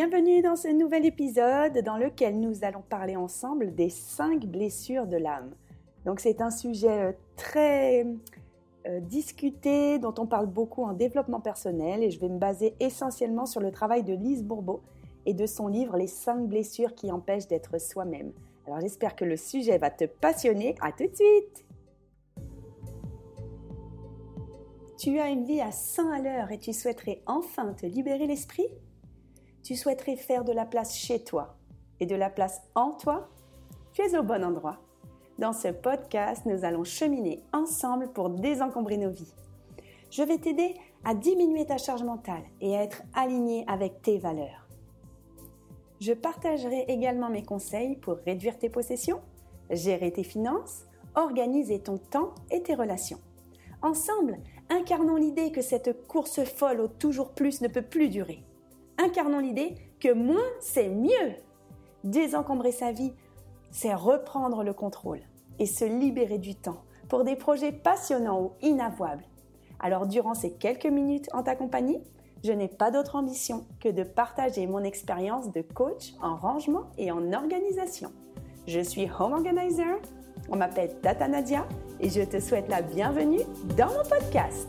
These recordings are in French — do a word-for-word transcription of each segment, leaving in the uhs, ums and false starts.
Bienvenue dans ce nouvel épisode dans lequel nous allons parler ensemble des cinq blessures de l'âme. Donc c'est un sujet très euh, discuté, dont on parle beaucoup en développement personnel et je vais me baser essentiellement sur le travail de Lise Bourbeau et de son livre « Les cinq blessures qui empêchent d'être soi-même ». Alors j'espère que le sujet va te passionner. À tout de suite! Tu as une vie à cent à l'heure et tu souhaiterais enfin te libérer l'esprit? Tu souhaiterais faire de la place chez toi et de la place en toi? Tu es au bon endroit. Dans ce podcast, nous allons cheminer ensemble pour désencombrer nos vies. Je vais t'aider à diminuer ta charge mentale et à être aligné avec tes valeurs. Je partagerai également mes conseils pour réduire tes possessions, gérer tes finances, organiser ton temps et tes relations. Ensemble, incarnons l'idée que cette course folle au toujours plus ne peut plus durer. Incarnons l'idée que moins, c'est mieux. Désencombrer sa vie, c'est reprendre le contrôle et se libérer du temps pour des projets passionnants ou inavouables. Alors, durant ces quelques minutes en ta compagnie, je n'ai pas d'autre ambition que de partager mon expérience de coach en rangement et en organisation. Je suis Home Organizer, on m'appelle Tata Nadia et je te souhaite la bienvenue dans mon podcast.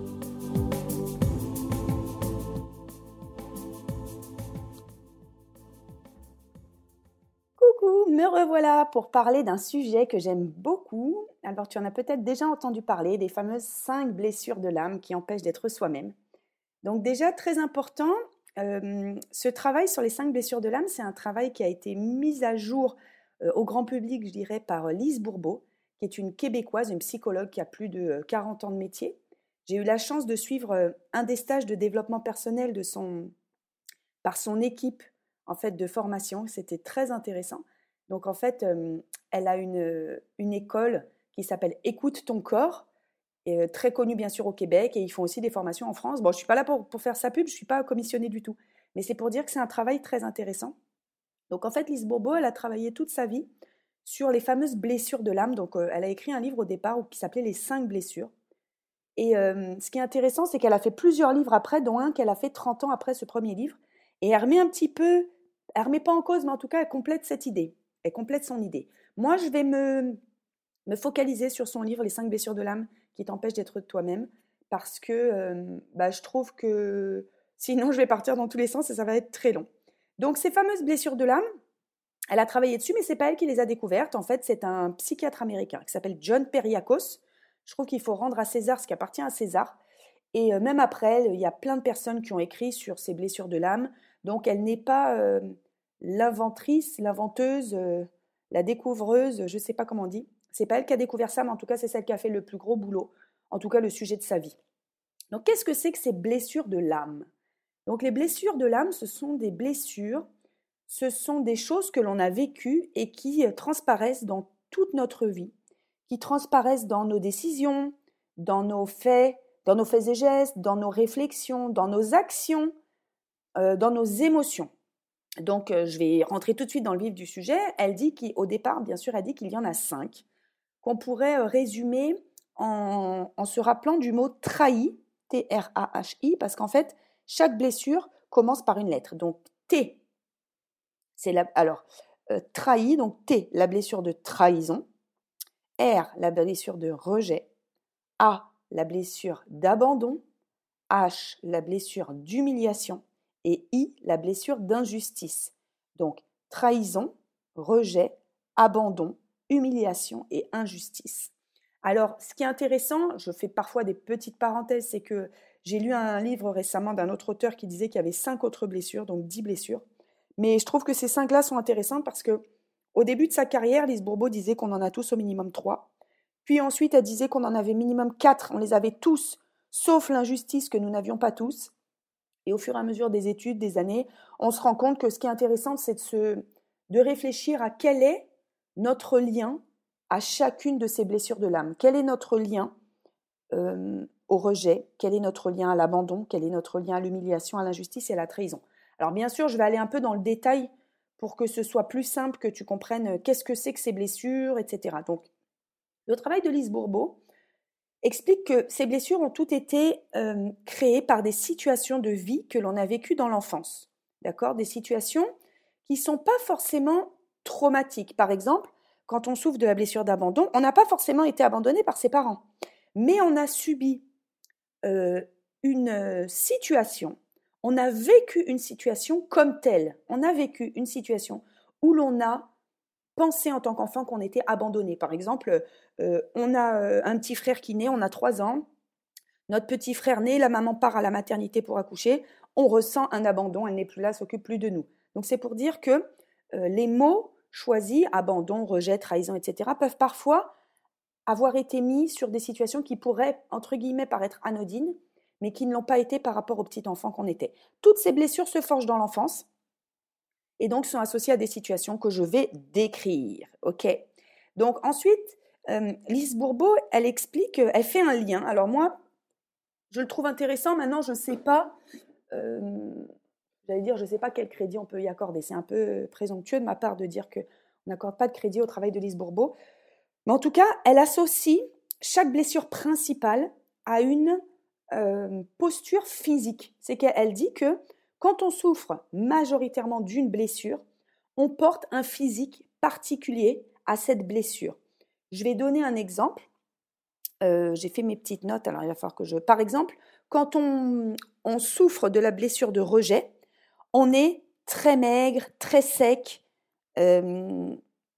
Coucou, me revoilà pour parler d'un sujet que j'aime beaucoup. Alors tu en as peut-être déjà entendu parler, des fameuses cinq blessures de l'âme qui empêchent d'être soi-même. Donc déjà, très important, euh, ce travail sur les cinq blessures de l'âme, c'est un travail qui a été mis à jour euh, au grand public, je dirais, par Lise Bourbeau, qui est une Québécoise, une psychologue qui a plus de quarante ans de métier. J'ai eu la chance de suivre euh, un des stages de développement personnel de son, par son équipe en fait, de formation. C'était très intéressant. Donc en fait, euh, elle a une, une école qui s'appelle « Écoute ton corps », et très connue bien sûr au Québec, et ils font aussi des formations en France. Bon, je ne suis pas là pour, pour faire sa pub, je ne suis pas commissionnée du tout, mais c'est pour dire que c'est un travail très intéressant. Donc en fait, Lise Bourbeau, elle a travaillé toute sa vie sur les fameuses blessures de l'âme. Donc euh, elle a écrit un livre au départ qui s'appelait « Les cinq blessures ». Et euh, ce qui est intéressant, c'est qu'elle a fait plusieurs livres après, dont un qu'elle a fait trente ans après ce premier livre, et elle remet un petit peu, elle remet pas en cause, mais en tout cas, elle complète cette idée, elle complète son idée. Moi, je vais me, me focaliser sur son livre « Les cinq blessures de l'âme », qui t'empêche d'être toi-même, parce que euh, bah, je trouve que sinon je vais partir dans tous les sens et ça va être très long. Donc ces fameuses blessures de l'âme, elle a travaillé dessus, mais c'est pas elle qui les a découvertes. En fait, c'est un psychiatre américain qui s'appelle John Periakos. Je trouve qu'il faut rendre à César ce qui appartient à César. Et euh, même après elle, il y a plein de personnes qui ont écrit sur ces blessures de l'âme. Donc elle n'est pas euh, l'inventrice, l'inventeuse, euh, la découvreuse, je sais pas comment on dit. C'est pas elle qui a découvert ça, mais en tout cas, c'est celle qui a fait le plus gros boulot, en tout cas le sujet de sa vie. Donc, qu'est-ce que c'est que ces blessures de l'âme? Donc, les blessures de l'âme, ce sont des blessures, ce sont des choses que l'on a vécues et qui transparaissent dans toute notre vie, qui transparaissent dans nos décisions, dans nos faits, dans nos faits et gestes, dans nos réflexions, dans nos actions, euh, dans nos émotions. Donc, euh, je vais rentrer tout de suite dans le vif du sujet. Elle dit qu'au départ, bien sûr, elle dit qu'il y en a cinq, qu'on pourrait résumer en, en se rappelant du mot trahi, T R A H I, parce qu'en fait, chaque blessure commence par une lettre. Donc, T, c'est la, alors, euh, trahi, donc T, la blessure de trahison, R, la blessure de rejet, A, la blessure d'abandon, H, la blessure d'humiliation, et I, la blessure d'injustice. Donc, trahison, rejet, abandon, humiliation et injustice. Alors, ce qui est intéressant, je fais parfois des petites parenthèses, c'est que j'ai lu un livre récemment d'un autre auteur qui disait qu'il y avait cinq autres blessures, donc dix blessures. Mais je trouve que ces cinq-là sont intéressantes parce que au début de sa carrière, Lise Bourbeau disait qu'on en a tous au minimum trois. Puis ensuite, elle disait qu'on en avait minimum quatre. On les avait tous, sauf l'injustice que nous n'avions pas tous. Et au fur et à mesure des études, des années, on se rend compte que ce qui est intéressant, c'est de, se, de réfléchir à quel est notre lien à chacune de ces blessures de l'âme. Quel est notre lien euh, au rejet? Quel est notre lien à l'abandon? Quel est notre lien à l'humiliation, à l'injustice et à la trahison? Alors bien sûr, je vais aller un peu dans le détail pour que ce soit plus simple, que tu comprennes qu'est-ce que c'est que ces blessures, et cetera. Donc, le travail de Lise Bourbeau explique que ces blessures ont toutes été euh, créées par des situations de vie que l'on a vécues dans l'enfance. d'accord? Des situations qui ne sont pas forcément traumatiques. Par exemple, quand on souffre de la blessure d'abandon, on n'a pas forcément été abandonné par ses parents, mais on a subi euh, une situation, on a vécu une situation comme telle, on a vécu une situation où l'on a pensé en tant qu'enfant qu'on était abandonné. Par exemple, euh, on a euh, un petit frère qui naît, on a trois ans, notre petit frère naît, la maman part à la maternité pour accoucher, on ressent un abandon, elle n'est plus là, elle s'occupe plus de nous. Donc c'est pour dire que euh, les mots choisis, abandon, rejet, trahison, et cetera, peuvent parfois avoir été mis sur des situations qui pourraient, entre guillemets, paraître anodines, mais qui ne l'ont pas été par rapport au petit enfant qu'on était. Toutes ces blessures se forgent dans l'enfance et donc sont associées à des situations que je vais décrire. Ok. Donc ensuite, euh, Lise Bourbeau, elle explique, elle fait un lien. Alors moi, je le trouve intéressant. Maintenant, je ne sais pas, euh, j'allais dire, je ne sais pas quel crédit on peut y accorder. C'est un peu présomptueux de ma part de dire qu'on n'accorde pas de crédit au travail de Lise Bourbeau. Mais en tout cas, elle associe chaque blessure principale à une euh, posture physique. C'est qu'elle dit que quand on souffre majoritairement d'une blessure, on porte un physique particulier à cette blessure. Je vais donner un exemple. Euh, j'ai fait mes petites notes, alors il va falloir que je... Par exemple, quand on, on souffre de la blessure de rejet, on est très maigre, très sec. Euh...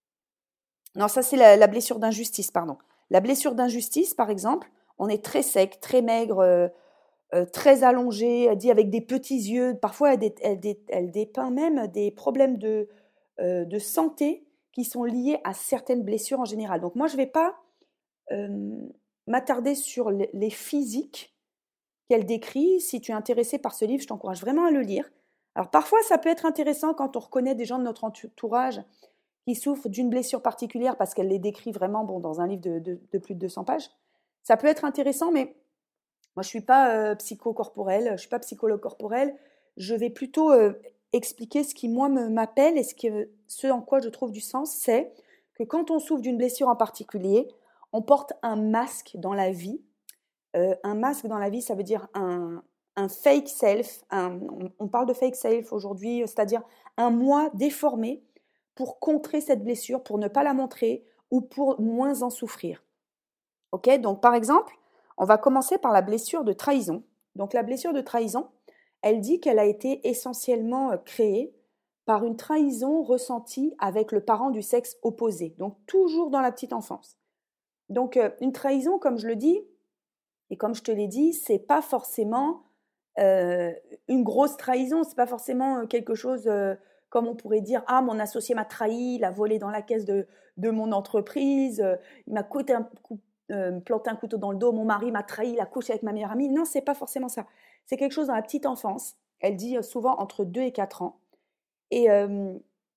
Non, ça c'est la, la blessure d'injustice, pardon. La blessure d'injustice, par exemple, on est très sec, très maigre, euh, euh, très allongé, elle dit avec des petits yeux. Parfois, elle, dé, elle, dé, elle dépeint même des problèmes de, euh, de santé qui sont liés à certaines blessures en général. Donc moi, je ne vais pas euh, m'attarder sur les, les physiques qu'elle décrit. Si tu es intéressé par ce livre, je t'encourage vraiment à le lire. Alors parfois, ça peut être intéressant quand on reconnaît des gens de notre entourage qui souffrent d'une blessure particulière parce qu'elle les décrit vraiment bon, dans un livre de, de, de plus de deux cents pages. Ça peut être intéressant, mais moi, je ne suis pas euh, psychocorporelle, je ne suis pas psychologue corporel. Je vais plutôt euh, expliquer ce qui, moi, me, m'appelle et ce, qui, ce en quoi je trouve du sens, c'est que quand on souffre d'une blessure en particulier, on porte un masque dans la vie. Euh, un masque dans la vie, ça veut dire un, un fake self. Un, on, on parle de fake self aujourd'hui, c'est-à-dire un moi déformé pour contrer cette blessure, pour ne pas la montrer ou pour moins en souffrir. Ok, donc par exemple, on va commencer par la blessure de trahison. Donc la blessure de trahison, elle dit qu'elle a été essentiellement créée par une trahison ressentie avec le parent du sexe opposé, donc toujours dans la petite enfance. Donc une trahison, comme je le dis, et comme je te l'ai dit, c'est pas forcément euh, une grosse trahison, c'est pas forcément quelque chose euh, comme on pourrait dire, ah, mon associé m'a trahi, il a volé dans la caisse de, de mon entreprise, euh, il m'a coûté un coup Euh, planter un couteau dans le dos, mon mari m'a trahi, il a couché avec ma meilleure amie. Non, c'est pas forcément ça. C'est quelque chose dans la petite enfance. Elle dit souvent entre deux et quatre ans. Et euh,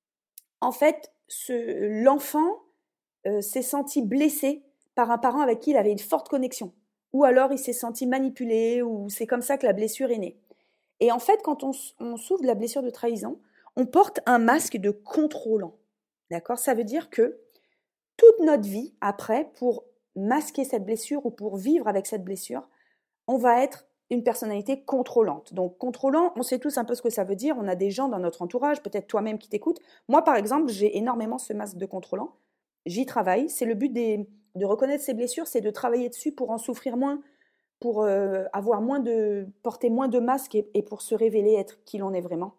en fait, ce, l'enfant euh, s'est senti blessé par un parent avec qui il avait une forte connexion. Ou alors il s'est senti manipulé, ou c'est comme ça que la blessure est née. Et en fait, quand on, on souffre de la blessure de trahison, on porte un masque de contrôlant. D'accord ? Ça veut dire que toute notre vie, après, pour masquer cette blessure ou pour vivre avec cette blessure, on va être une personnalité contrôlante. Donc contrôlant, on sait tous un peu ce que ça veut dire, on a des gens dans notre entourage, peut-être toi-même qui t'écoutes. Moi par exemple, j'ai énormément ce masque de contrôlant, j'y travaille, c'est le but des, de reconnaître ces blessures, c'est de travailler dessus pour en souffrir moins, pour euh, avoir moins de, porter moins de masques et, et pour se révéler être qui l'on est vraiment.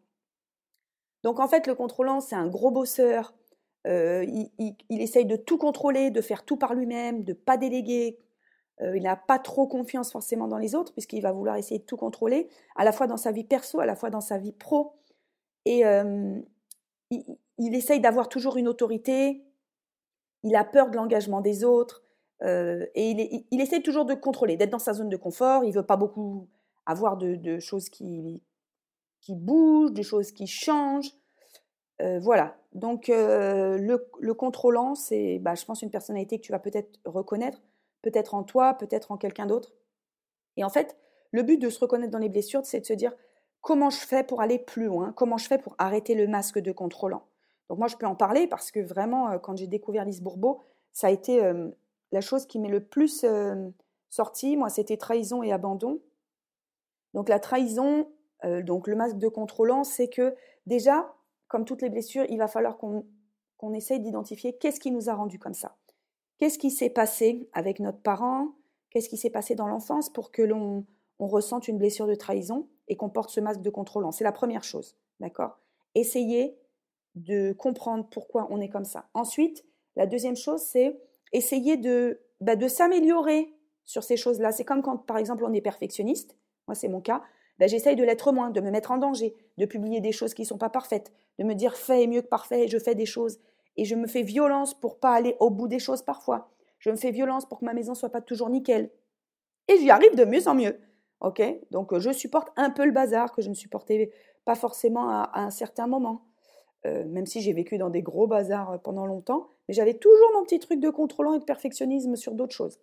Donc en fait le contrôlant c'est un gros bosseur, Euh, il, il, il essaye de tout contrôler, de faire tout par lui-même, de ne pas déléguer. Euh, il n'a pas trop confiance forcément dans les autres, puisqu'il va vouloir essayer de tout contrôler, à la fois dans sa vie perso, à la fois dans sa vie pro. Et euh, il, il essaye d'avoir toujours une autorité, il a peur de l'engagement des autres, euh, et il, il, il essaye toujours de contrôler, d'être dans sa zone de confort. Il ne veut pas beaucoup avoir de, de choses qui, qui bougent, de choses qui changent. Euh, voilà, donc euh, le, le contrôlant, c'est, bah, je pense, une personnalité que tu vas peut-être reconnaître, peut-être en toi, peut-être en quelqu'un d'autre. Et en fait, le but de se reconnaître dans les blessures, c'est de se dire comment je fais pour aller plus loin, comment je fais pour arrêter le masque de contrôlant. Donc moi, je peux en parler parce que vraiment, euh, quand j'ai découvert Lise Bourbeau, ça a été euh, la chose qui m'est le plus euh, sortie. Moi, c'était trahison et abandon. Donc la trahison, euh, donc le masque de contrôlant, c'est que déjà, comme toutes les blessures, il va falloir qu'on qu'on essaye d'identifier qu'est-ce qui nous a rendu comme ça. Qu'est-ce qui s'est passé avec notre parent? Qu'est-ce qui s'est passé dans l'enfance pour que l'on on ressente une blessure de trahison et qu'on porte ce masque de contrôlant? C'est la première chose, d'accord? Essayez de comprendre pourquoi on est comme ça. Ensuite, la deuxième chose, c'est essayer de, bah, de s'améliorer sur ces choses-là. C'est comme quand, par exemple, on est perfectionniste. Moi, c'est mon cas. Bah, j'essaye de l'être moins, de me mettre en danger, de publier des choses qui ne sont pas parfaites, de me dire fait est mieux que parfait, je fais des choses. Et je me fais violence pour pas aller au bout des choses parfois. Je me fais violence pour que ma maison soit pas toujours nickel. Et j'y arrive de mieux en mieux. Ok? Donc, je supporte un peu le bazar que je ne supportais pas forcément à, à un certain moment. Euh, même si j'ai vécu dans des gros bazars pendant longtemps, mais j'avais toujours mon petit truc de contrôlant et de perfectionnisme sur d'autres choses.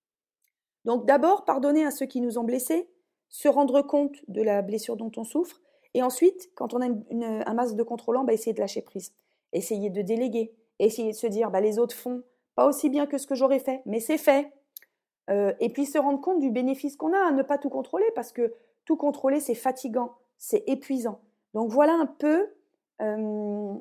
Donc d'abord, pardonner à ceux qui nous ont blessés, se rendre compte de la blessure dont on souffre, et ensuite, quand on a une, une, un masque de contrôlant, bah, essayer de lâcher prise, essayer de déléguer, essayer de se dire, bah, les autres font pas aussi bien que ce que j'aurais fait, mais c'est fait. Euh, et puis se rendre compte du bénéfice qu'on a à ne pas tout contrôler, parce que tout contrôler, c'est fatigant, c'est épuisant. Donc voilà un peu Euh,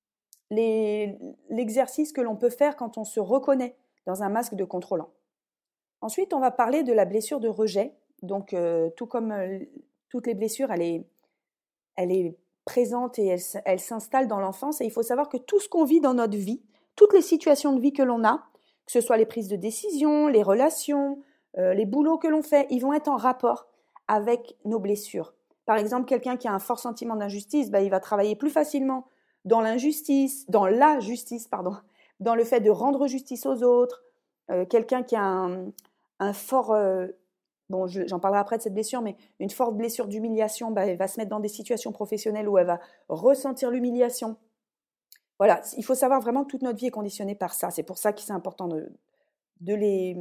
les, l'exercice que l'on peut faire quand on se reconnaît dans un masque de contrôlant. Ensuite, on va parler de la blessure de rejet. Donc, euh, tout comme euh, toutes les blessures, elle est, elle est présente et elle, elle s'installe dans l'enfance. Et il faut savoir que tout ce qu'on vit dans notre vie, toutes les situations de vie que l'on a, que ce soit les prises de décision, les relations, euh, les boulots que l'on fait, ils vont être en rapport avec nos blessures. Par exemple, quelqu'un qui a un fort sentiment d'injustice, bah, il va travailler plus facilement dans l'injustice, dans la justice, pardon, dans le fait de rendre justice aux autres. Euh, quelqu'un qui a un, un fort, euh, bon, je, j'en parlerai après de cette blessure, mais une forte blessure d'humiliation, bah, elle va se mettre dans des situations professionnelles où elle va ressentir l'humiliation. Voilà, il faut savoir vraiment que toute notre vie est conditionnée par ça. C'est pour ça que c'est important de, de les...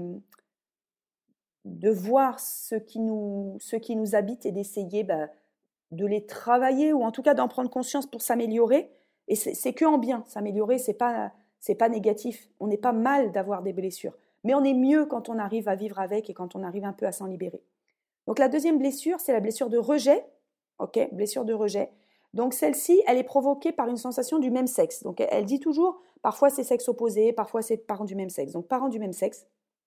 de voir ce qui nous, ce qui nous habite et d'essayer bah, de les travailler ou en tout cas d'en prendre conscience pour s'améliorer. Et c'est, c'est que en bien, s'améliorer, c'est pas, c'est pas négatif. On n'est pas mal d'avoir des blessures, mais on est mieux quand on arrive à vivre avec et quand on arrive un peu à s'en libérer. Donc la deuxième blessure, c'est la blessure de rejet. Ok, blessure de rejet. Donc celle-ci, elle est provoquée par une sensation du même sexe. Donc elle dit toujours, parfois c'est sexe opposé, parfois c'est parents du même sexe. Donc parents du même sexe.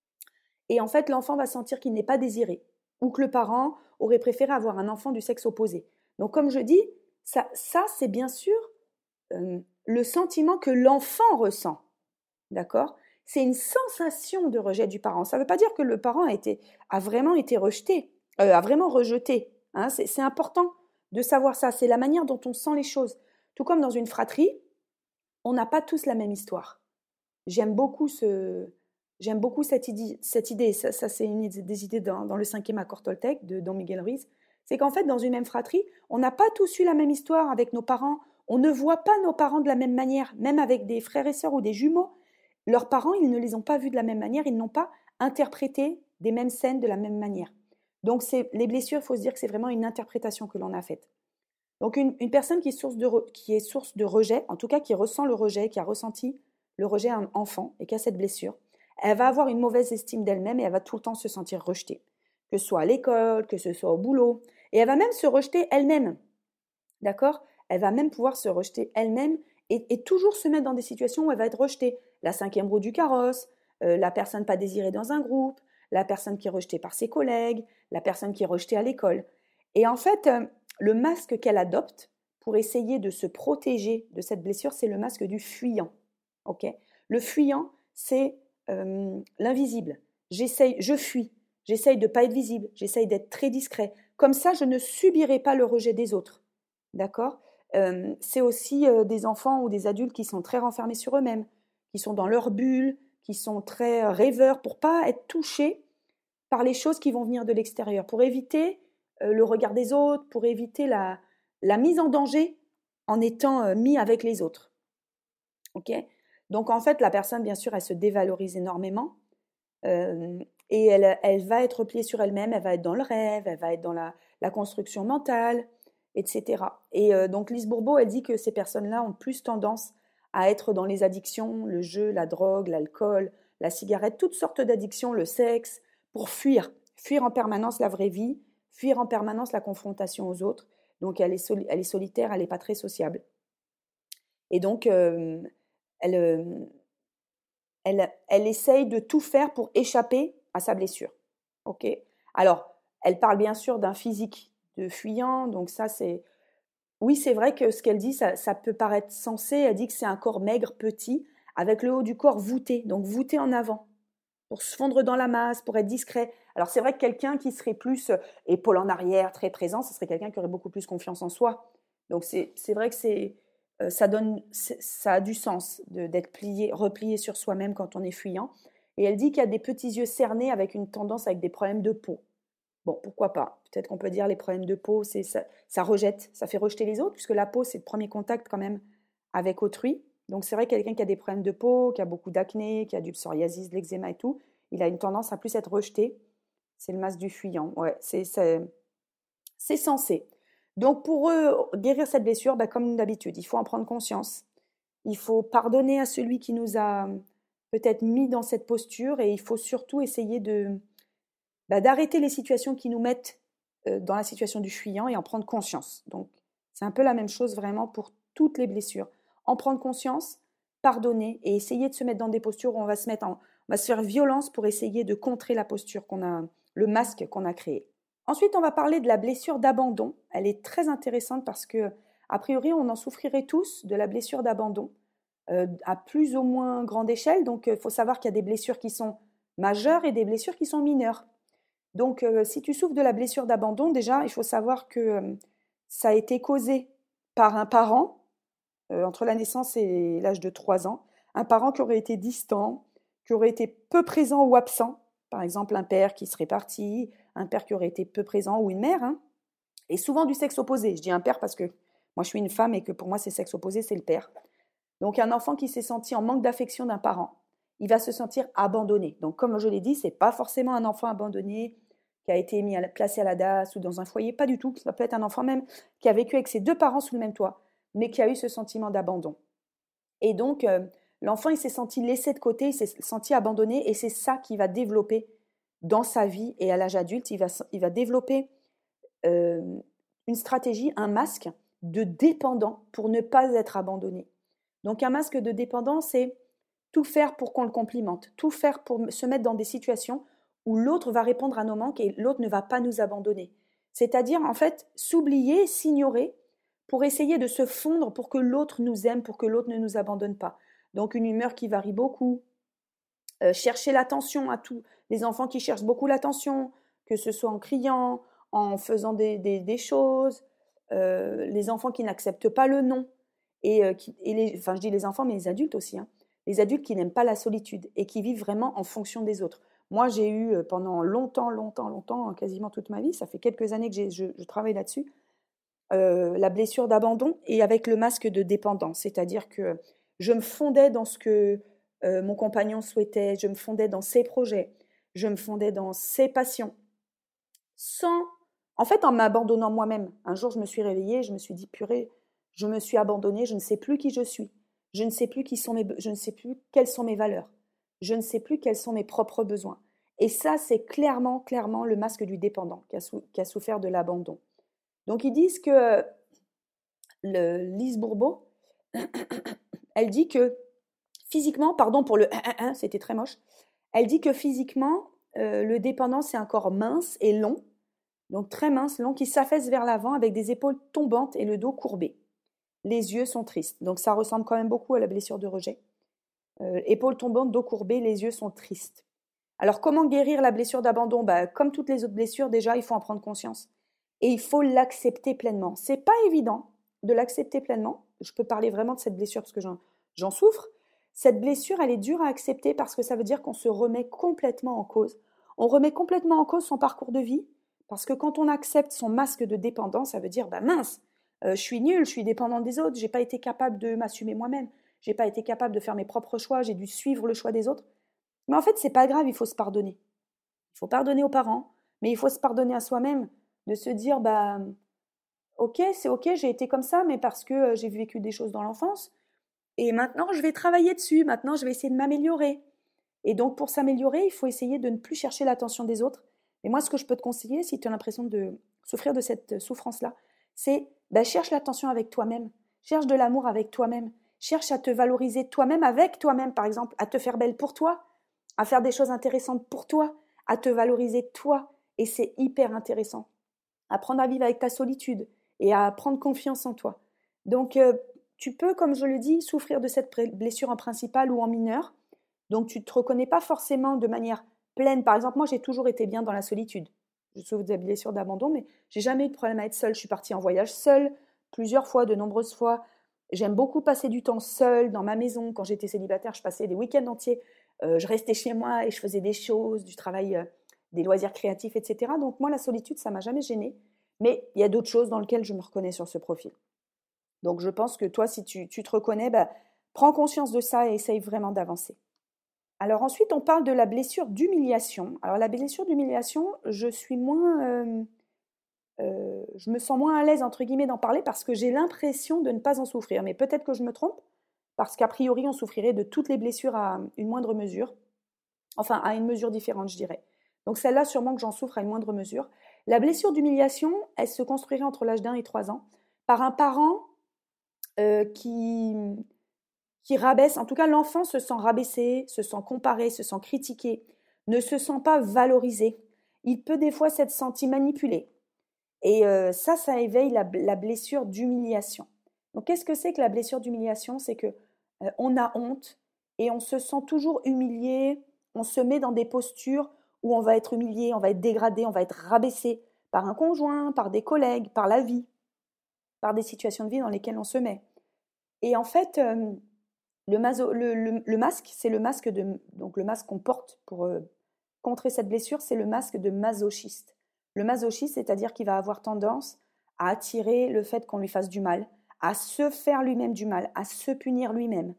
Et en fait, l'enfant va sentir qu'il n'est pas désiré ou que le parent aurait préféré avoir un enfant du sexe opposé. Donc, comme je dis, ça, ça c'est bien sûr euh, le sentiment que l'enfant ressent. D'accord? C'est une sensation de rejet du parent. Ça ne veut pas dire que le parent a, été, a vraiment été rejeté, euh, a vraiment rejeté. Hein? C'est, c'est important de savoir ça. C'est la manière dont on sent les choses. Tout comme dans une fratrie, on n'a pas tous la même histoire. J'aime beaucoup ce... J'aime beaucoup cette idée, cette idée. Ça, ça c'est une des idées dans, dans le cinquième accord Toltec de Don Miguel Ruiz. C'est qu'en fait, dans une même fratrie, on n'a pas tous eu la même histoire avec nos parents. On ne voit pas nos parents de la même manière, même avec des frères et sœurs ou des jumeaux. Leurs parents, ils ne les ont pas vus de la même manière, ils n'ont pas interprété des mêmes scènes de la même manière. Donc, c'est, les blessures, il faut se dire que c'est vraiment une interprétation que l'on a faite. Donc, une, une personne qui est, source de, qui est source de rejet, en tout cas qui ressent le rejet, qui a ressenti le rejet à un enfant et qui a cette blessure, elle va avoir une mauvaise estime d'elle-même et elle va tout le temps se sentir rejetée, que ce soit à l'école, que ce soit au boulot. Et elle va même se rejeter elle-même, d'accord? Elle va même pouvoir se rejeter elle-même et, et toujours se mettre dans des situations où elle va être rejetée. La cinquième roue du carrosse, euh, la personne pas désirée dans un groupe, la personne qui est rejetée par ses collègues, la personne qui est rejetée à l'école. Et en fait, euh, le masque qu'elle adopte pour essayer de se protéger de cette blessure, c'est le masque du fuyant, ok? Le fuyant, c'est Euh, l'invisible. J'essaye, je fuis. J'essaye de ne pas être visible. J'essaye d'être très discret. Comme ça, je ne subirai pas le rejet des autres. D'accord? euh, C'est aussi euh, des enfants ou des adultes qui sont très renfermés sur eux-mêmes, qui sont dans leur bulle, qui sont très euh, rêveurs pour pas être touchés par les choses qui vont venir de l'extérieur, pour éviter euh, le regard des autres, pour éviter la, la mise en danger en étant euh, mis avec les autres. Ok? Donc, en fait, la personne, bien sûr, elle se dévalorise énormément euh, et elle, elle va être repliée sur elle-même, elle va être dans le rêve, elle va être dans la, la construction mentale, et cetera. Et euh, donc, Lise Bourbeau, elle dit que ces personnes-là ont plus tendance à être dans les addictions, le jeu, la drogue, l'alcool, la cigarette, toutes sortes d'addictions, le sexe, pour fuir, fuir en permanence la vraie vie, fuir en permanence la confrontation aux autres, Donc, elle est, soli- elle est solitaire, elle n'est pas très sociable. Et donc, euh, elle, euh, elle, elle essaye de tout faire pour échapper à sa blessure. Ok. Alors, elle parle bien sûr d'un physique de fuyant, donc ça c'est... Oui, c'est vrai que ce qu'elle dit, ça, ça peut paraître sensé. Elle dit que c'est un corps maigre, petit, avec le haut du corps voûté, donc voûté en avant, pour se fondre dans la masse, pour être discret. Alors c'est vrai que quelqu'un qui serait plus euh, épaule en arrière, très présent, ce serait quelqu'un qui aurait beaucoup plus confiance en soi. Donc c'est, c'est vrai que c'est, euh, ça donne, c'est- ça a du sens de- d'être plié, replié sur soi-même quand on est fuyant. Et elle dit qu'il y a des petits yeux cernés avec une tendance avec des problèmes de peau. Bon, pourquoi pas? Peut-être qu'on peut dire les problèmes de peau, c'est ça, ça rejette, ça fait rejeter les autres, puisque la peau, c'est le premier contact quand même avec autrui. Donc c'est vrai que quelqu'un qui a des problèmes de peau, qui a beaucoup d'acné, qui a du psoriasis, de l'eczéma et tout, il a une tendance à plus être rejeté. C'est le masque du fuyant. Ouais, c'est, c'est, c'est censé. Donc pour eux, guérir cette blessure, bah, comme d'habitude, il faut en prendre conscience. Il faut pardonner à celui qui nous a peut-être mis dans cette posture et il faut surtout essayer de, bah, d'arrêter les situations qui nous mettent euh, dans la situation du fuyant et en prendre conscience. Donc, c'est un peu la même chose vraiment pour toutes les blessures. En prendre conscience, pardonner et essayer de se mettre dans des postures où on va se mettre en, on va se faire violence pour essayer de contrer la posture qu'on a, le masque qu'on a créé. Ensuite, on va parler de la blessure d'abandon. Elle est très intéressante parce que, a priori, on en souffrirait tous de la blessure d'abandon euh, à plus ou moins grande échelle. Donc, il faut savoir qu'il y a des blessures qui sont majeures et des blessures qui sont mineures. Donc, euh, si tu souffres de la blessure d'abandon, déjà, il faut savoir que euh, ça a été causé par un parent euh, entre la naissance et l'âge de trois ans, un parent qui aurait été distant, qui aurait été peu présent ou absent, par exemple un père qui serait parti, un père qui aurait été peu présent ou une mère, hein, et souvent du sexe opposé. Je dis un père parce que moi je suis une femme et que pour moi c'est sexe opposé, c'est le père. Donc un enfant qui s'est senti en manque d'affection d'un parent, il va se sentir abandonné. Donc comme je l'ai dit, c'est pas forcément un enfant abandonné qui a été mis à la, placé à la D A S ou dans un foyer, pas du tout. Ça peut être un enfant même qui a vécu avec ses deux parents sous le même toit, mais qui a eu ce sentiment d'abandon. Et donc euh, l'enfant il s'est senti laissé de côté, il s'est senti abandonné, et c'est ça qui va développer dans sa vie et à l'âge adulte, il va, il va développer euh, une stratégie, un masque de dépendant pour ne pas être abandonné. Donc un masque de dépendant, c'est tout faire pour qu'on le complimente, tout faire pour se mettre dans des situations où l'autre va répondre à nos manques et l'autre ne va pas nous abandonner. C'est-à-dire, en fait, s'oublier, s'ignorer pour essayer de se fondre pour que l'autre nous aime, pour que l'autre ne nous abandonne pas. Donc une humeur qui varie beaucoup, euh, chercher l'attention à tous les enfants qui cherchent beaucoup l'attention, que ce soit en criant, en faisant des, des, des choses, euh, les enfants qui n'acceptent pas le non, et, euh, qui, et les, enfin je dis les enfants, mais les adultes aussi, hein, les adultes qui n'aiment pas la solitude et qui vivent vraiment en fonction des autres. Moi, j'ai eu pendant longtemps, longtemps, longtemps, quasiment toute ma vie, ça fait quelques années que j'ai, je, je travaille là-dessus, euh, la blessure d'abandon et avec le masque de dépendance. C'est-à-dire que je me fondais dans ce que euh, mon compagnon souhaitait, je me fondais dans ses projets, je me fondais dans ses passions, sans... En fait, en m'abandonnant moi-même. Un jour, je me suis réveillée, je me suis dit, purée, je me suis abandonnée, je ne sais plus qui je suis. Je ne sais plus qui sont mes, je ne sais plus quelles sont mes valeurs. Je ne sais plus quels sont mes propres besoins. Et ça, c'est clairement, clairement le masque du dépendant qui a, sou, qui a souffert de l'abandon. Donc, ils disent que le, Lise Bourbeau, elle dit que physiquement, pardon pour le c'était très moche, elle dit que physiquement, euh, le dépendant, c'est un corps mince et long, donc très mince, long, qui s'affaisse vers l'avant avec des épaules tombantes et le dos courbé. Les yeux sont tristes. Donc ça ressemble quand même beaucoup à la blessure de rejet. Euh, épaules tombantes, dos courbé, les yeux sont tristes. Alors comment guérir la blessure d'abandon? Bah, comme toutes les autres blessures, déjà, il faut en prendre conscience. Et il faut l'accepter pleinement. C'est pas évident de l'accepter pleinement. Je peux parler vraiment de cette blessure parce que j'en, j'en souffre. Cette blessure, elle est dure à accepter parce que ça veut dire qu'on se remet complètement en cause. On remet complètement en cause son parcours de vie parce que quand on accepte son masque de dépendance, ça veut dire, bah mince, euh, je suis nulle, je suis dépendante des autres, j'ai pas été capable de m'assumer moi-même, j'ai pas été capable de faire mes propres choix, j'ai dû suivre le choix des autres. Mais en fait, c'est pas grave, il faut se pardonner. Il faut pardonner aux parents, mais il faut se pardonner à soi-même, de se dire, bah, ok, c'est ok, j'ai été comme ça, mais parce que j'ai vécu des choses dans l'enfance, et maintenant je vais travailler dessus, maintenant je vais essayer de m'améliorer. Et donc pour s'améliorer, il faut essayer de ne plus chercher l'attention des autres. Et moi, ce que je peux te conseiller, si tu as l'impression de souffrir de cette souffrance-là, c'est bah, cherche l'attention avec toi-même, cherche de l'amour avec toi-même, cherche à te valoriser toi-même avec toi-même, par exemple, à te faire belle pour toi, à faire des choses intéressantes pour toi, à te valoriser toi. Et c'est hyper intéressant. Apprendre à vivre avec ta solitude et à prendre confiance en toi. Donc, euh, tu peux, comme je le dis, souffrir de cette blessure en principal ou en mineur. Donc, tu ne te reconnais pas forcément de manière pleine. Par exemple, moi, j'ai toujours été bien dans la solitude. Je souffre de blessures d'abandon, mais j'ai jamais eu de problème à être seule. Je suis partie en voyage seule, plusieurs fois, de nombreuses fois. J'aime beaucoup passer du temps seule dans ma maison. Quand j'étais célibataire, je passais des week-ends entiers. Euh, je restais chez moi et je faisais des choses, du travail, euh, des loisirs créatifs, et cetera. Donc moi, la solitude, ça m'a jamais gênée. Mais il y a d'autres choses dans lesquelles je me reconnais sur ce profil. Donc je pense que toi, si tu, tu te reconnais, bah, prends conscience de ça et essaye vraiment d'avancer. Alors ensuite, on parle de la blessure d'humiliation. Alors la blessure d'humiliation, je suis moins... Euh, euh, je me sens moins à l'aise, entre guillemets, d'en parler parce que j'ai l'impression de ne pas en souffrir. Mais peut-être que je me trompe, parce qu'a priori, on souffrirait de toutes les blessures à une moindre mesure. Enfin, à une mesure différente, je dirais. Donc celle-là, sûrement que j'en souffre à une moindre mesure. La blessure d'humiliation, elle se construirait entre l'âge d'un et trois ans par un parent euh, qui, qui rabaisse. En tout cas, l'enfant se sent rabaissé, se sent comparé, se sent critiqué, ne se sent pas valorisé. Il peut des fois s'être senti manipulé. Et euh, ça, ça éveille la, la blessure d'humiliation. Donc qu'est-ce que c'est que la blessure d'humiliation? C'est que euh, on a honte et on se sent toujours humilié, on se met dans des postures où on va être humilié, on va être dégradé, on va être rabaissé par un conjoint, par des collègues, par la vie, par des situations de vie dans lesquelles on se met. Et en fait, euh, le, maso, le, le, le masque, c'est le masque de, donc le masque qu'on porte pour euh, contrer cette blessure, c'est le masque de masochiste. Le masochiste, c'est-à-dire qu'il va avoir tendance à attirer le fait qu'on lui fasse du mal, à se faire lui-même du mal, à se punir lui-même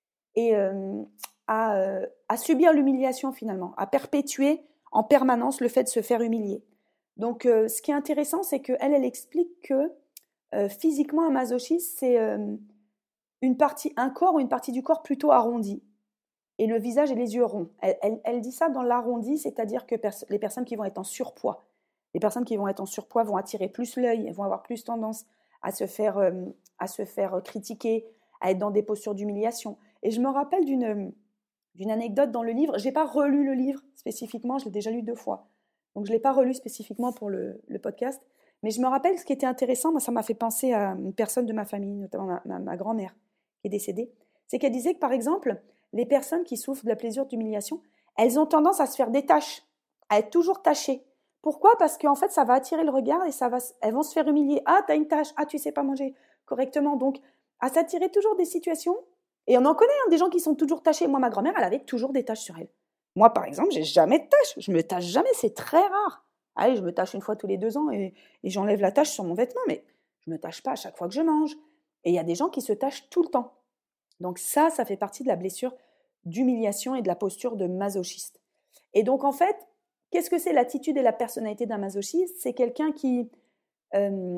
et euh, à, euh, à subir l'humiliation finalement, à perpétuer en permanence le fait de se faire humilier. Donc euh, ce qui est intéressant, c'est qu'elle, elle explique que euh, physiquement un masochiste, c'est euh, une partie, un corps ou une partie du corps plutôt arrondi et le visage et les yeux ronds. Elle, elle, elle dit ça dans l'arrondi, c'est-à-dire que pers- les personnes qui vont être en surpoids, les personnes qui vont être en surpoids vont attirer plus l'œil, elles vont avoir plus tendance à se faire, euh, à se faire critiquer, à être dans des postures d'humiliation. Et je me rappelle d'une, d'une anecdote dans le livre. Je n'ai pas relu le livre spécifiquement, je l'ai déjà lu deux fois. Donc je ne l'ai pas relu spécifiquement pour le, le podcast. Mais je me rappelle ce qui était intéressant, moi ça m'a fait penser à une personne de ma famille, notamment ma, ma, ma grand-mère qui est décédée. C'est qu'elle disait que par exemple, les personnes qui souffrent de la blessure d'humiliation, elles ont tendance à se faire des tâches, à être toujours tachées. Pourquoi? Parce qu'en fait, ça va attirer le regard et ça va, elles vont se faire humilier. Ah, t'as une tâche. Ah, tu sais pas manger correctement. Donc, à s'attirer toujours des situations. Et on en connaît, hein, des gens qui sont toujours tachés. Moi, ma grand-mère, elle avait toujours des taches sur elle. Moi, par exemple, j'ai jamais de tâches. Je me tâche jamais. C'est très rare. Allez, je me tâche une fois tous les deux ans et, et j'enlève la tache sur mon vêtement. Mais je me tâche pas à chaque fois que je mange. Et il y a des gens qui se tâchent tout le temps. Donc ça, ça fait partie de la blessure d'humiliation et de la posture de masochiste. Et donc, en fait, qu'est-ce que c'est l'attitude et la personnalité d'un masochiste? C'est quelqu'un qui, euh,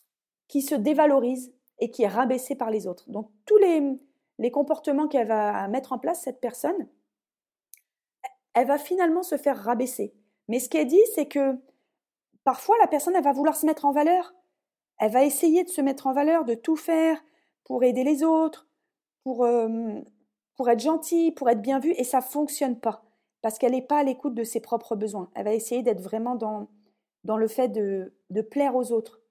qui se dévalorise et qui est rabaissé par les autres. Donc, tous les, les comportements qu'elle va mettre en place, cette personne, elle va finalement se faire rabaisser. Mais ce qu'elle dit, c'est que parfois, la personne, elle va vouloir se mettre en valeur. Elle va essayer de se mettre en valeur, de tout faire pour aider les autres, pour, euh, pour être gentille, pour être bien vue, et ça ne fonctionne pas. Parce qu'elle n'est pas à l'écoute de ses propres besoins. Elle va essayer d'être vraiment dans, dans le fait de, de plaire aux autres.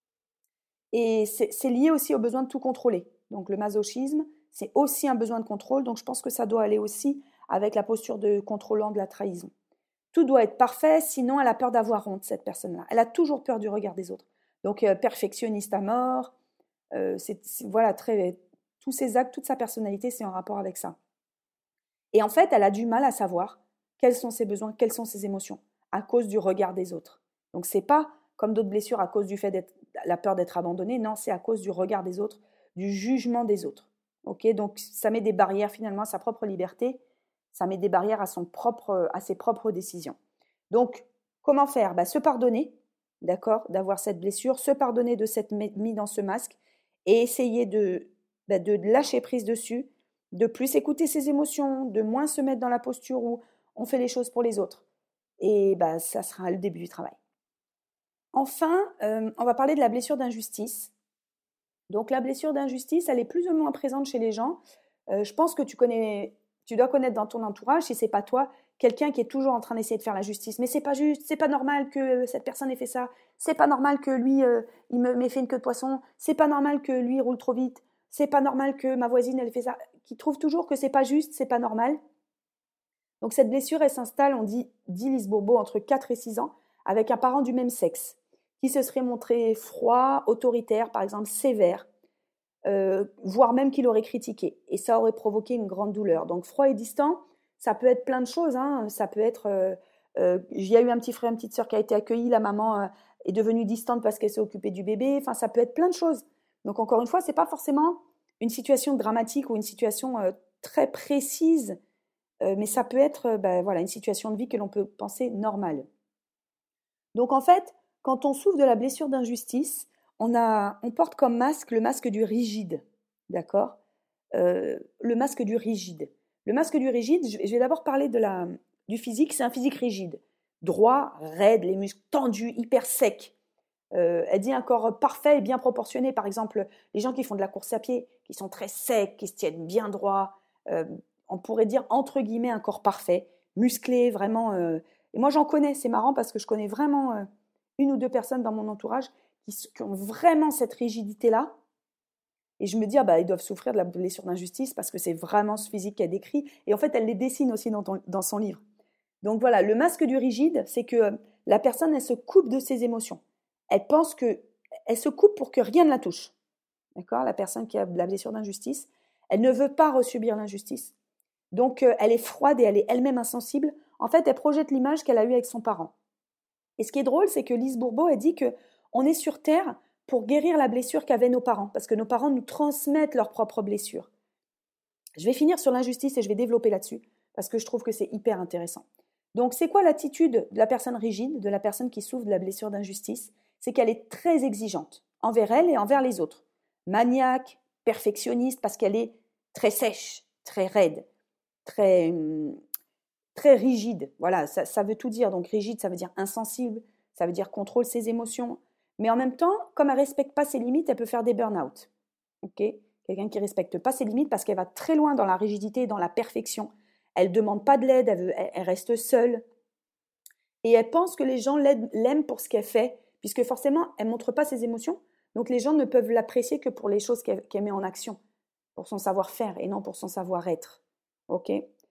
Et c'est, c'est lié aussi au besoin de tout contrôler. Donc le masochisme, c'est aussi un besoin de contrôle, donc je pense que ça doit aller aussi avec la posture de contrôlant de la trahison. Tout doit être parfait, sinon elle a peur d'avoir honte, cette personne-là. Elle a toujours peur du regard des autres. Donc euh, perfectionniste à mort, euh, c'est, c'est, voilà, très, tous ses actes, toute sa personnalité, c'est en rapport avec ça. Et en fait, elle a du mal à savoir quels sont ses besoins, quelles sont ses émotions, à cause du regard des autres. Donc c'est pas comme d'autres blessures à cause du fait d'être la peur d'être abandonnée, non, c'est à cause du regard des autres, du jugement des autres. Ok, donc ça met des barrières finalement à sa propre liberté, ça met des barrières à son propre, à ses propres décisions. Donc comment faire? Bah, se pardonner, d'accord, d'avoir cette blessure, se pardonner de s'être mis dans ce masque et essayer de, bah, de lâcher prise dessus, de plus écouter ses émotions, de moins se mettre dans la posture où on fait les choses pour les autres. Et bah, ça sera le début du travail. enfin, euh, on va parler de la blessure d'injustice. Donc la blessure d'injustice, elle est plus ou moins présente chez les gens. Euh, je pense que tu connais, tu dois connaître dans ton entourage, si c'est pas toi, quelqu'un qui est toujours en train d'essayer de faire la justice. Mais c'est pas juste, c'est pas normal que cette personne ait fait ça. C'est pas normal que lui, euh, il me m'ait fait une queue de poisson. C'est pas normal que lui il roule trop vite. C'est pas normal que ma voisine elle fait ça. Qui trouve toujours que c'est pas juste, c'est pas normal. Donc cette blessure, elle s'installe, on dit, dit Lise Bourbeau, entre quatre et six ans, avec un parent du même sexe, qui se serait montré froid, autoritaire, par exemple sévère, euh, voire même qu'il aurait critiqué. Et ça aurait provoqué une grande douleur. Donc froid et distant, ça peut être plein de choses. Hein. Ça peut être, euh, euh, il y a eu un petit frère, une petite sœur qui a été accueillie, la maman euh, est devenue distante parce qu'elle s'est occupée du bébé. Enfin, ça peut être plein de choses. Donc encore une fois, c'est pas forcément une situation dramatique ou une situation euh, très précise, euh, mais ça peut être euh, ben, voilà, une situation de vie que l'on peut penser normale. Donc en fait, quand on souffre de la blessure d'injustice, on, a, on porte comme masque le masque du rigide, d'accord euh, Le masque du rigide. Le masque du rigide, je vais d'abord parler de la, du physique, c'est un physique rigide. Droit, raide, les muscles tendus, hyper secs. Euh, elle dit un corps parfait et bien proportionné. Par exemple, les gens qui font de la course à pied, qui sont très secs, qui se tiennent bien droit, euh, on pourrait dire entre guillemets un corps parfait, musclé, vraiment... Euh, et moi, j'en connais, c'est marrant parce que je connais vraiment euh, une ou deux personnes dans mon entourage qui, qui ont vraiment cette rigidité-là. Et je me dis, ah bah, ils doivent souffrir de la blessure d'injustice parce que c'est vraiment ce physique qu'elle décrit. Et en fait, elle les dessine aussi dans, ton, dans son livre. Donc voilà, le masque du rigide, c'est que la personne, elle se coupe de ses émotions. Elle pense que, elle se coupe pour que rien ne la touche. D'accord ? La personne qui a de la blessure d'injustice, elle ne veut pas resubir l'injustice. Donc, euh, elle est froide et elle est elle-même insensible. En fait, elle projette l'image qu'elle a eue avec son parent. Et ce qui est drôle, c'est que Lise Bourbeau, elle dit qu'on est sur Terre pour guérir la blessure qu'avaient nos parents, parce que nos parents nous transmettent leurs propres blessures. Je vais finir sur l'injustice et je vais développer là-dessus, parce que je trouve que c'est hyper intéressant. Donc, c'est quoi l'attitude de la personne rigide, de la personne qui souffre de la blessure d'injustice ? C'est qu'elle est très exigeante envers elle et envers les autres. Maniaque, perfectionniste, parce qu'elle est très sèche, très raide, très, très rigide. Voilà, ça, ça veut tout dire. Donc rigide, ça veut dire insensible, ça veut dire contrôle ses émotions. Mais en même temps, comme elle ne respecte pas ses limites, elle peut faire des burn-out. Okay ? Quelqu'un qui ne respecte pas ses limites parce qu'elle va très loin dans la rigidité et dans la perfection. Elle ne demande pas de l'aide, elle, veut, elle, elle reste seule. Et elle pense que les gens l'aiment pour ce qu'elle fait, puisque forcément, elle ne montre pas ses émotions. Donc les gens ne peuvent l'apprécier que pour les choses qu'elle, qu'elle met en action, pour son savoir-faire et non pour son savoir-être. Ok ?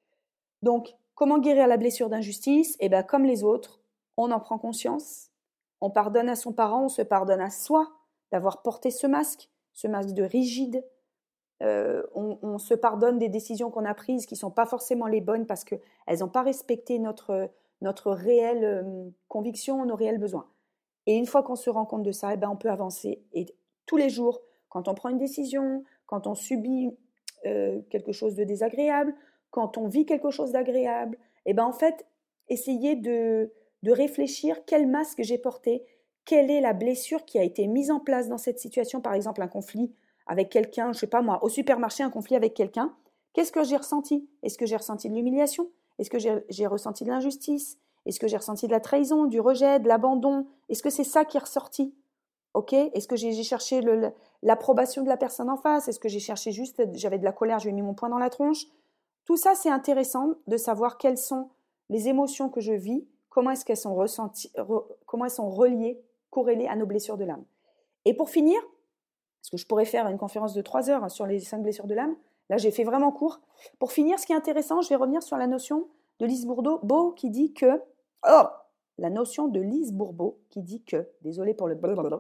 Donc, comment guérir la blessure d'injustice ? Eh bien, comme les autres, on en prend conscience, on pardonne à son parent, on se pardonne à soi d'avoir porté ce masque, ce masque de rigide. Euh, on, on se pardonne des décisions qu'on a prises qui ne sont pas forcément les bonnes parce qu'elles n'ont pas respecté notre, notre réelle euh, conviction, nos réels besoins. Et une fois qu'on se rend compte de ça, eh ben, on peut avancer. Et tous les jours, quand on prend une décision, quand on subit euh, quelque chose de désagréable, quand on vit quelque chose d'agréable, eh ben, en fait, essayer de, de réfléchir quel masque j'ai porté, quelle est la blessure qui a été mise en place dans cette situation, par exemple un conflit avec quelqu'un, je ne sais pas moi, au supermarché, un conflit avec quelqu'un, qu'est-ce que j'ai ressenti ? Est-ce que j'ai ressenti de l'humiliation ? Est-ce que j'ai, j'ai ressenti de l'injustice ? Est-ce que j'ai ressenti de la trahison, du rejet, de l'abandon ? Est-ce que c'est ça qui est ressorti ? Ok ? Est-ce que j'ai, j'ai cherché le, l'approbation de la personne en face ? Est-ce que j'ai cherché juste, j'avais de la colère, je lui ai mis mon poing dans la tronche ? Tout ça, c'est intéressant de savoir quelles sont les émotions que je vis, comment est-ce qu'elles sont ressenties, re, comment elles sont reliées, corrélées à nos blessures de l'âme. Et pour finir, parce que je pourrais faire une conférence de trois heures sur les cinq blessures de l'âme, là j'ai fait vraiment court. Pour finir, ce qui est intéressant, je vais revenir sur la notion de Lise Bourbeau qui dit que, oh, la notion de Lise Bourbeau qui dit que, désolé pour le blablabla,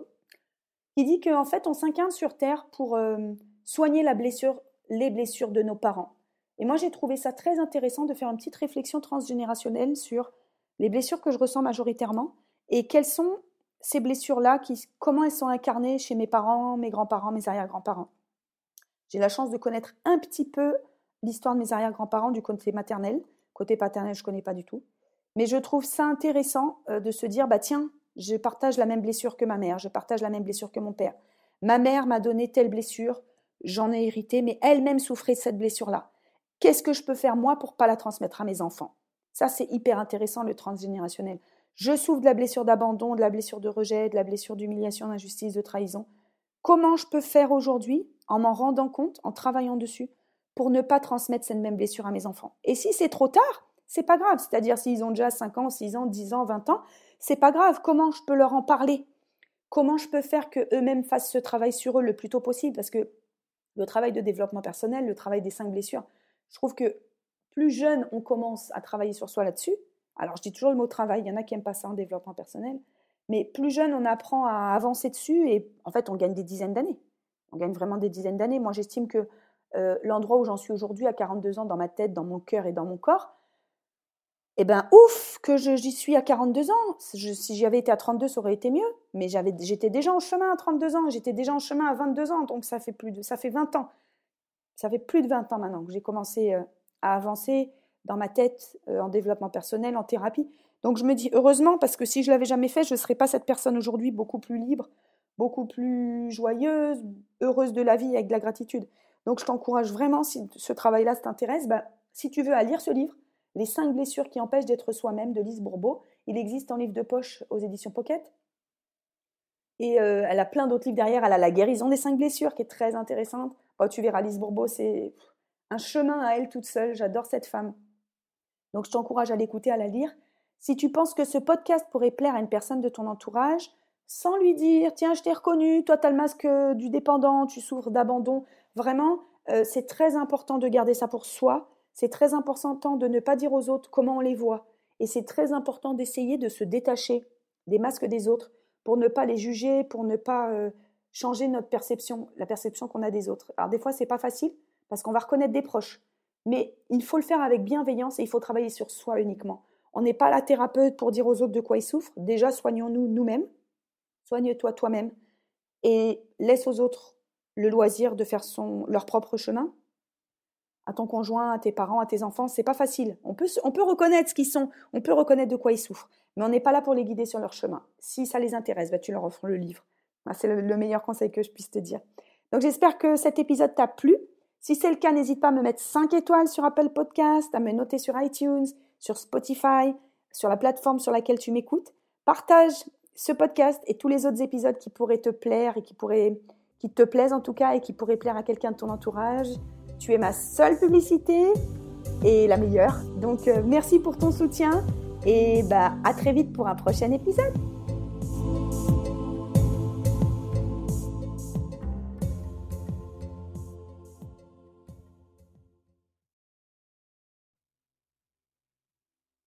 qui dit qu'en fait on s'incarne sur Terre pour euh, soigner la blessure, les blessures de nos parents. Et moi j'ai trouvé ça très intéressant de faire une petite réflexion transgénérationnelle sur les blessures que je ressens majoritairement et quelles sont ces blessures-là, qui, comment elles sont incarnées chez mes parents, mes grands-parents, mes arrière-grands-parents. J'ai la chance de connaître un petit peu l'histoire de mes arrière-grands-parents du côté maternel. Côté paternel, je ne connais pas du tout. Mais je trouve ça intéressant euh, de se dire, bah tiens, je partage la même blessure que ma mère, je partage la même blessure que mon père. Ma mère m'a donné telle blessure, j'en ai hérité, mais elle-même souffrait de cette blessure-là. Qu'est-ce que je peux faire moi pour ne pas la transmettre à mes enfants ? Ça, c'est hyper intéressant, le transgénérationnel. Je souffre de la blessure d'abandon, de la blessure de rejet, de la blessure d'humiliation, d'injustice, de trahison. Comment je peux faire aujourd'hui, en m'en rendant compte, en travaillant dessus, pour ne pas transmettre cette même blessure à mes enfants? Et si c'est trop tard, c'est pas grave. C'est-à-dire s'ils ont déjà cinq ans, six ans, dix ans, vingt ans, c'est pas grave. Comment je peux leur en parler? Comment je peux faire qu'eux-mêmes fassent ce travail sur eux le plus tôt possible? Parce que le travail de développement personnel, le travail des cinq blessures, je trouve que plus jeune on commence à travailler sur soi là-dessus, alors je dis toujours le mot travail, il y en a qui n'aiment pas ça en développement personnel, mais plus jeune on apprend à avancer dessus et en fait on gagne des dizaines d'années. On gagne vraiment des dizaines d'années. Moi j'estime que euh, l'endroit où j'en suis aujourd'hui à quarante-deux ans dans ma tête, dans mon cœur et dans mon corps, eh ben ouf que je, j'y suis à quarante-deux ans. Je, si j'y avais été à trente-deux, ça aurait été mieux. Mais j'avais, j'étais déjà en chemin à trente-deux ans, j'étais déjà en chemin à vingt-deux ans, donc ça fait plus de, ça fait vingt ans. Ça fait plus de vingt ans maintenant que j'ai commencé euh, à avancer dans ma tête, euh, en développement personnel, en thérapie. Donc je me dis heureusement, parce que si je l'avais jamais fait, je ne serais pas cette personne aujourd'hui, beaucoup plus libre, beaucoup plus joyeuse, heureuse de la vie avec de la gratitude. Donc je t'encourage vraiment, si ce travail-là t'intéresse, ben, si tu veux, à lire ce livre, Les cinq blessures qui empêchent d'être soi-même, de Lise Bourbeau. Il existe en livre de poche aux éditions Pocket. Et euh, elle a plein d'autres livres derrière. Elle a La guérison des cinq blessures qui est très intéressante. Bon, tu verras, Lise Bourbeau, c'est un chemin à elle toute seule. J'adore cette femme. Donc je t'encourage à l'écouter, à la lire. Si tu penses que ce podcast pourrait plaire à une personne de ton entourage, sans lui dire « Tiens, je t'ai reconnu, toi, tu as le masque du dépendant, tu souffres d'abandon. » Vraiment, euh, c'est très important de garder ça pour soi. C'est très important de ne pas dire aux autres comment on les voit. Et c'est très important d'essayer de se détacher des masques des autres pour ne pas les juger, pour ne pas euh, changer notre perception, la perception qu'on a des autres. Alors des fois, ce n'est pas facile parce qu'on va reconnaître des proches. Mais il faut le faire avec bienveillance et il faut travailler sur soi uniquement. On n'est pas la thérapeute pour dire aux autres de quoi ils souffrent. Déjà, soignons-nous nous-mêmes. Soigne-toi toi-même et laisse aux autres le loisir de faire son, leur propre chemin. À ton conjoint, à tes parents, à tes enfants, c'est pas facile. On peut, on peut reconnaître ce qu'ils sont, on peut reconnaître de quoi ils souffrent, mais on n'est pas là pour les guider sur leur chemin. Si ça les intéresse, bah, tu leur offres le livre. C'est le, le meilleur conseil que je puisse te dire. Donc j'espère que cet épisode t'a plu. Si c'est le cas, n'hésite pas à me mettre cinq étoiles sur Apple Podcast, à me noter sur iTunes, sur Spotify, sur la plateforme sur laquelle tu m'écoutes. Partage ce podcast et tous les autres épisodes qui pourraient te plaire et qui, pourraient, qui te plaisent en tout cas et qui pourraient plaire à quelqu'un de ton entourage. Tu es ma seule publicité et la meilleure. Donc, euh, merci pour ton soutien et bah, à très vite pour un prochain épisode.